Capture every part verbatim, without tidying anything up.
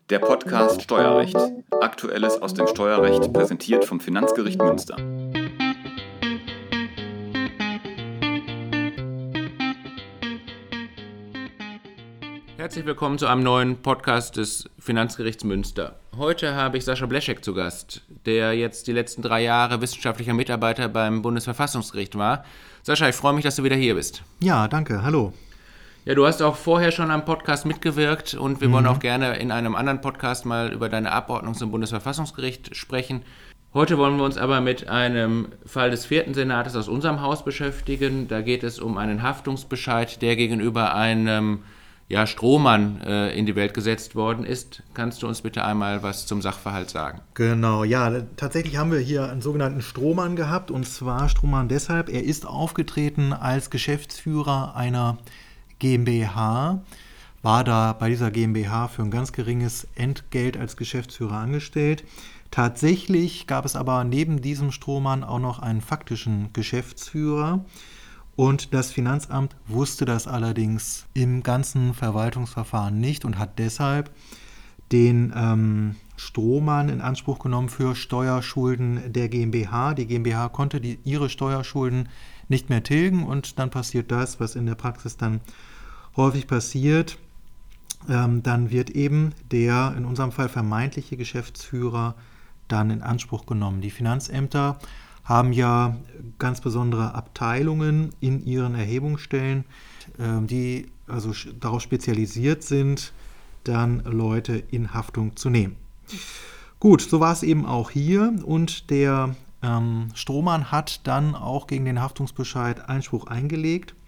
Der Podcast Steuerrecht. Aktuelles aus dem Steuerrecht präsentiert vom Finanzgericht Münster. Herzlich willkommen zu einem neuen Podcast des Finanzgerichts Münster. Heute habe ich Sascha Bleschek zu Gast, der jetzt die letzten drei Jahre wissenschaftlicher Mitarbeiter beim Bundesverfassungsgericht war. Sascha, ich freue mich, dass du wieder hier bist. Ja, danke. Hallo. Ja, du hast auch vorher schon am Podcast mitgewirkt und wir mhm. wollen auch gerne in einem anderen Podcast mal über deine Abordnung zum Bundesverfassungsgericht sprechen. Heute wollen wir uns aber mit einem Fall des vierten Senates aus unserem Haus beschäftigen. Da geht es um einen Haftungsbescheid, der gegenüber einem ja, Strohmann äh, in die Welt gesetzt worden ist. Kannst du uns bitte einmal was zum Sachverhalt sagen? Genau, ja, tatsächlich haben wir hier einen sogenannten Strohmann gehabt, und zwar Strohmann deshalb, er ist aufgetreten als Geschäftsführer einer GmbH, war da bei dieser GmbH für ein ganz geringes Entgelt als Geschäftsführer angestellt. Tatsächlich gab es aber neben diesem Strohmann auch noch einen faktischen Geschäftsführer. Und das Finanzamt wusste das allerdings im ganzen Verwaltungsverfahren nicht und hat deshalb den ähm, Strohmann in Anspruch genommen für Steuerschulden der GmbH. Die GmbH konnte die, ihre Steuerschulden nicht mehr tilgen und dann passiert das, was in der Praxis dann häufig passiert. Ähm, dann wird eben der in unserem Fall vermeintliche Geschäftsführer dann in Anspruch genommen. Die Finanzämter haben ja ganz besondere Abteilungen in ihren Erhebungsstellen, die also darauf spezialisiert sind, dann Leute in Haftung zu nehmen. Gut, so war es eben auch hier, und der ähm, Strohmann hat dann auch gegen den Haftungsbescheid Einspruch eingelegt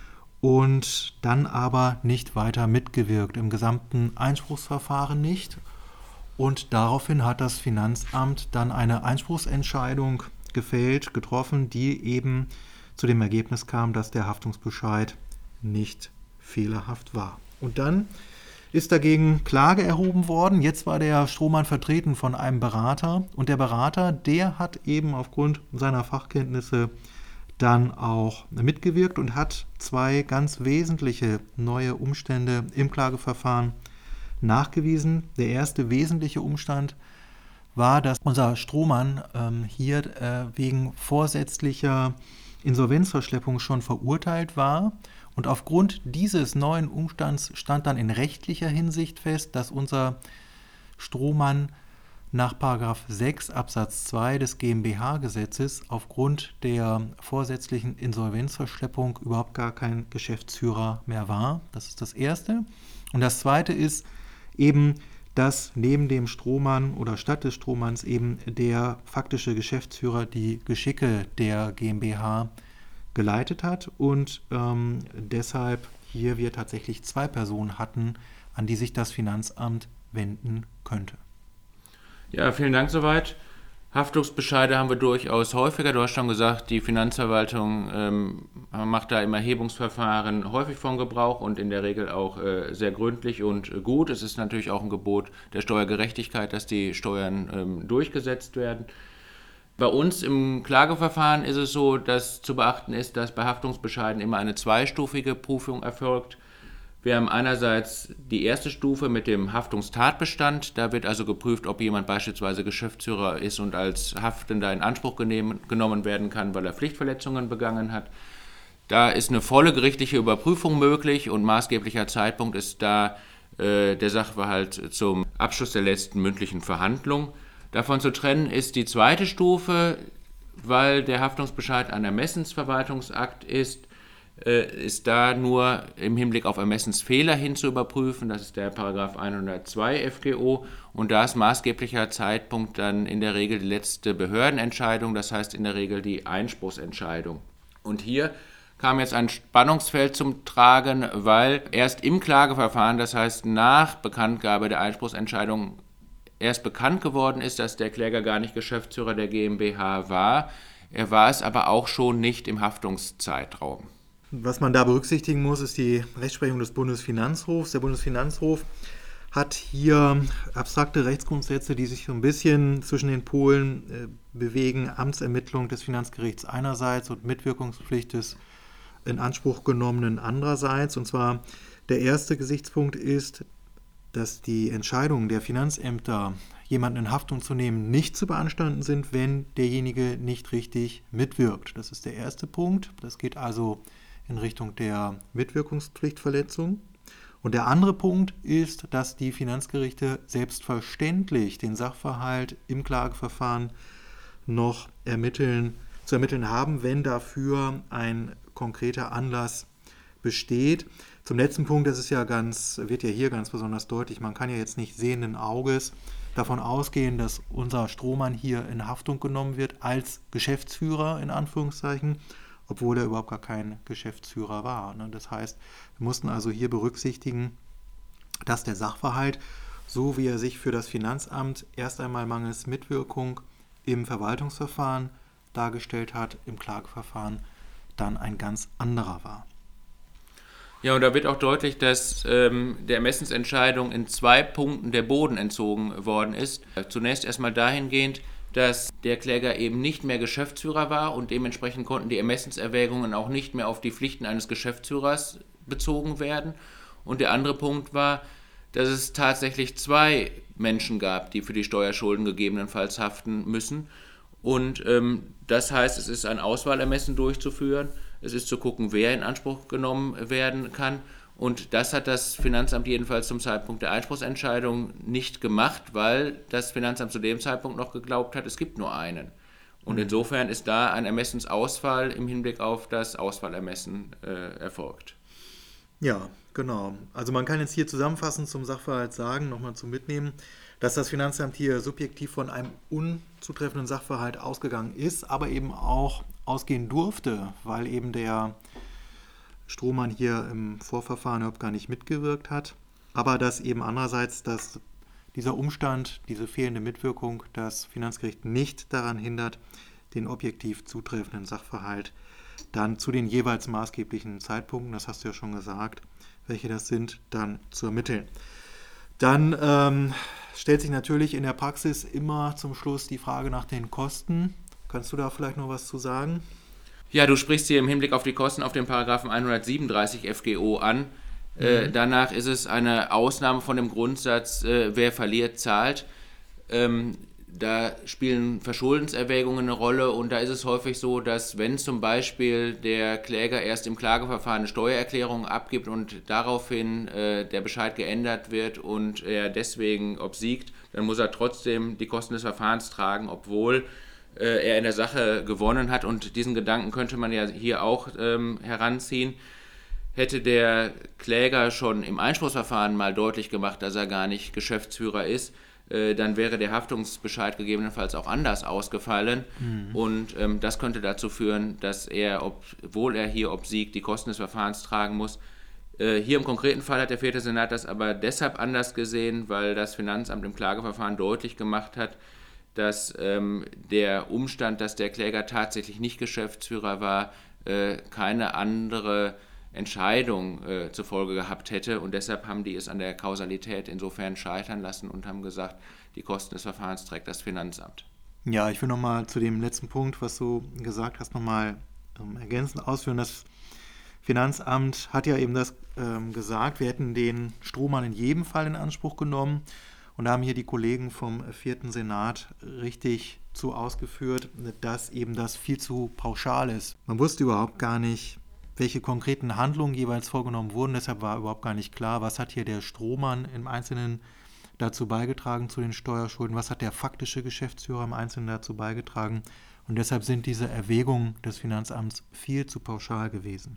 und dann aber nicht weiter mitgewirkt, im gesamten Einspruchsverfahren nicht. Und daraufhin hat das Finanzamt dann eine Einspruchsentscheidung gefällt, getroffen, die eben zu dem Ergebnis kam, dass der Haftungsbescheid nicht fehlerhaft war. Und dann ist dagegen Klage erhoben worden. Jetzt war der Strohmann vertreten von einem Berater, und der Berater, der hat eben aufgrund seiner Fachkenntnisse dann auch mitgewirkt und hat zwei ganz wesentliche neue Umstände im Klageverfahren nachgewiesen. Der erste wesentliche Umstand war, dass unser Strohmann ähm, hier äh, wegen vorsätzlicher Insolvenzverschleppung schon verurteilt war. Und aufgrund dieses neuen Umstands stand dann in rechtlicher Hinsicht fest, dass unser Strohmann nach Paragraph sechs Absatz zwei des GmbH-Gesetzes aufgrund der vorsätzlichen Insolvenzverschleppung überhaupt gar kein Geschäftsführer mehr war. Das ist das Erste. Und das Zweite ist eben, dass neben dem Strohmann oder statt des Strohmanns eben der faktische Geschäftsführer die Geschicke der GmbH geleitet hat und ähm, deshalb hier wir tatsächlich zwei Personen hatten, an die sich das Finanzamt wenden könnte. Ja, vielen Dank soweit. Haftungsbescheide haben wir durchaus häufiger. Du hast schon gesagt, die Finanzverwaltung ähm, macht da im Erhebungsverfahren häufig von Gebrauch und in der Regel auch äh, sehr gründlich und äh, gut. Es ist natürlich auch ein Gebot der Steuergerechtigkeit, dass die Steuern ähm, durchgesetzt werden. Bei uns im Klageverfahren ist es so, dass zu beachten ist, dass bei Haftungsbescheiden immer eine zweistufige Prüfung erfolgt. Wir haben einerseits die erste Stufe mit dem Haftungstatbestand. Da wird also geprüft, ob jemand beispielsweise Geschäftsführer ist und als Haftender in Anspruch genommen werden kann, weil er Pflichtverletzungen begangen hat. Da ist eine volle gerichtliche Überprüfung möglich und maßgeblicher Zeitpunkt ist da äh, der Sachverhalt zum Abschluss der letzten mündlichen Verhandlung. Davon zu trennen ist die zweite Stufe, weil der Haftungsbescheid ein Ermessensverwaltungsakt ist, ist da nur im Hinblick auf Ermessensfehler hin zu überprüfen. Das ist der Paragraph hundertzwei F G O, und da ist maßgeblicher Zeitpunkt dann in der Regel die letzte Behördenentscheidung, das heißt in der Regel die Einspruchsentscheidung. Und hier kam jetzt ein Spannungsfeld zum Tragen, weil erst im Klageverfahren, das heißt nach Bekanntgabe der Einspruchsentscheidung, erst bekannt geworden ist, dass der Kläger gar nicht Geschäftsführer der GmbH war. Er war es aber auch schon nicht im Haftungszeitraum. Was man da berücksichtigen muss, ist die Rechtsprechung des Bundesfinanzhofs. Der Bundesfinanzhof hat hier abstrakte Rechtsgrundsätze, die sich so ein bisschen zwischen den Polen äh, bewegen. Amtsermittlung des Finanzgerichts einerseits und Mitwirkungspflicht des in Anspruch genommenen andererseits. Und zwar der erste Gesichtspunkt ist, dass die Entscheidungen der Finanzämter, jemanden in Haftung zu nehmen, nicht zu beanstanden sind, wenn derjenige nicht richtig mitwirkt. Das ist der erste Punkt. Das geht also in Richtung der Mitwirkungspflichtverletzung. Und der andere Punkt ist, dass die Finanzgerichte selbstverständlich den Sachverhalt im Klageverfahren noch ermitteln, zu ermitteln haben, wenn dafür ein konkreter Anlass besteht. Zum letzten Punkt, das ist ja ganz, wird ja hier ganz besonders deutlich, man kann ja jetzt nicht sehenden Auges davon ausgehen, dass unser Strohmann hier in Haftung genommen wird als Geschäftsführer in Anführungszeichen, obwohl er überhaupt gar kein Geschäftsführer war. Das heißt, wir mussten also hier berücksichtigen, dass der Sachverhalt, so wie er sich für das Finanzamt erst einmal mangels Mitwirkung im Verwaltungsverfahren dargestellt hat, im Klageverfahren dann ein ganz anderer war. Ja, und da wird auch deutlich, dass ähm, der Ermessensentscheidung in zwei Punkten der Boden entzogen worden ist. Zunächst erstmal dahingehend, dass der Kläger eben nicht mehr Geschäftsführer war und dementsprechend konnten die Ermessenserwägungen auch nicht mehr auf die Pflichten eines Geschäftsführers bezogen werden. Und der andere Punkt war, dass es tatsächlich zwei Menschen gab, die für die Steuerschulden gegebenenfalls haften müssen. Und ähm, das heißt, es ist ein Auswahlermessen durchzuführen. Es ist zu gucken, wer in Anspruch genommen werden kann. Und das hat das Finanzamt jedenfalls zum Zeitpunkt der Einspruchsentscheidung nicht gemacht, weil das Finanzamt zu dem Zeitpunkt noch geglaubt hat, es gibt nur einen. Und insofern ist da ein Ermessensausfall im Hinblick auf das Auswahlermessen äh, erfolgt. Ja, genau. Also man kann jetzt hier zusammenfassend zum Sachverhalt sagen, nochmal zum Mitnehmen, dass das Finanzamt hier subjektiv von einem unzutreffenden Sachverhalt ausgegangen ist, aber eben auch ausgehen durfte, weil eben der Strohmann hier im Vorverfahren überhaupt gar nicht mitgewirkt hat, aber dass eben andererseits dass dieser Umstand, diese fehlende Mitwirkung, das Finanzgericht nicht daran hindert, den objektiv zutreffenden Sachverhalt dann zu den jeweils maßgeblichen Zeitpunkten, das hast du ja schon gesagt, welche das sind, dann zu ermitteln. Dann ähm, stellt sich natürlich in der Praxis immer zum Schluss die Frage nach den Kosten. Kannst du da vielleicht noch was zu sagen? Ja, du sprichst hier im Hinblick auf die Kosten auf den Paragraphen hundertsiebenunddreißig F G O an. Mhm. Äh, danach ist es eine Ausnahme von dem Grundsatz, äh, wer verliert, zahlt. Ähm, da spielen Verschuldenserwägungen eine Rolle und da ist es häufig so, dass wenn zum Beispiel der Kläger erst im Klageverfahren eine Steuererklärung abgibt und daraufhin äh, der Bescheid geändert wird und er deswegen obsiegt, dann muss er trotzdem die Kosten des Verfahrens tragen, obwohl äh, er in der Sache gewonnen hat. Und diesen Gedanken könnte man ja hier auch ähm, heranziehen. Hätte der Kläger schon im Einspruchsverfahren mal deutlich gemacht, dass er gar nicht Geschäftsführer ist, dann wäre der Haftungsbescheid gegebenenfalls auch anders ausgefallen. Mhm. Und ähm, das könnte dazu führen, dass er, obwohl er hier obsiegt, die Kosten des Verfahrens tragen muss. Äh, hier im konkreten Fall hat der vierte Senat das aber deshalb anders gesehen, weil das Finanzamt im Klageverfahren deutlich gemacht hat, dass ähm, der Umstand, dass der Kläger tatsächlich nicht Geschäftsführer war, äh, keine andere Entscheidung äh, zur Folge gehabt hätte und deshalb haben die es an der Kausalität insofern scheitern lassen und haben gesagt, die Kosten des Verfahrens trägt das Finanzamt. Ja, ich will nochmal zu dem letzten Punkt, was du gesagt hast, nochmal ähm, ergänzend ausführen. Das Finanzamt hat ja eben das ähm, gesagt, wir hätten den Strohmann in jedem Fall in Anspruch genommen und da haben hier die Kollegen vom vierten Senat richtig zu ausgeführt, dass eben das viel zu pauschal ist. Man wusste überhaupt gar nicht, welche konkreten Handlungen jeweils vorgenommen wurden. Deshalb war überhaupt gar nicht klar, was hat hier der Strohmann im Einzelnen dazu beigetragen zu den Steuerschulden, was hat der faktische Geschäftsführer im Einzelnen dazu beigetragen. Und deshalb sind diese Erwägungen des Finanzamts viel zu pauschal gewesen.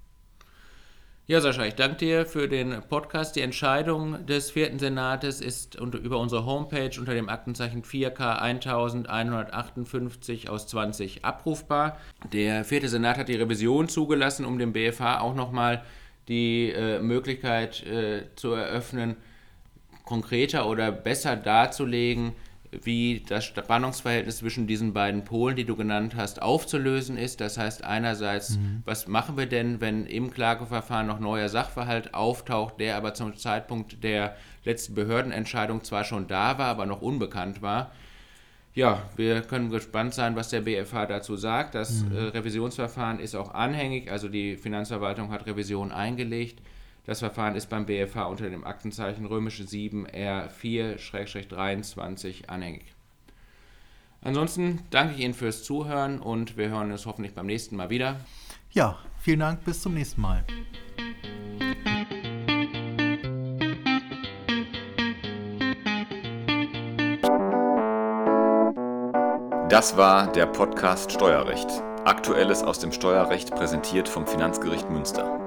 Ja, Sascha, ich danke dir für den Podcast. Die Entscheidung des vierten Senates ist unter, über unsere Homepage unter dem Aktenzeichen vier K elfhundertachtundfünfzig aus zwanzig abrufbar. Der vierte Senat hat die Revision zugelassen, um dem B F H auch nochmal die äh, Möglichkeit äh, zu eröffnen, konkreter oder besser darzulegen, wie das Spannungsverhältnis zwischen diesen beiden Polen, die du genannt hast, aufzulösen ist. Das heißt einerseits, mhm. was machen wir denn, wenn im Klageverfahren noch neuer Sachverhalt auftaucht, der aber zum Zeitpunkt der letzten Behördenentscheidung zwar schon da war, aber noch unbekannt war. Ja, wir können gespannt sein, was der B F H dazu sagt. Das mhm. äh, Revisionsverfahren ist auch anhängig, also die Finanzverwaltung hat Revision eingelegt. Das Verfahren ist beim B F H unter dem Aktenzeichen römische sieben R vier dreiundzwanzig anhängig. Ansonsten danke ich Ihnen fürs Zuhören und wir hören uns hoffentlich beim nächsten Mal wieder. Ja, vielen Dank, bis zum nächsten Mal. Das war der Podcast Steuerrecht. Aktuelles aus dem Steuerrecht, präsentiert vom Finanzgericht Münster.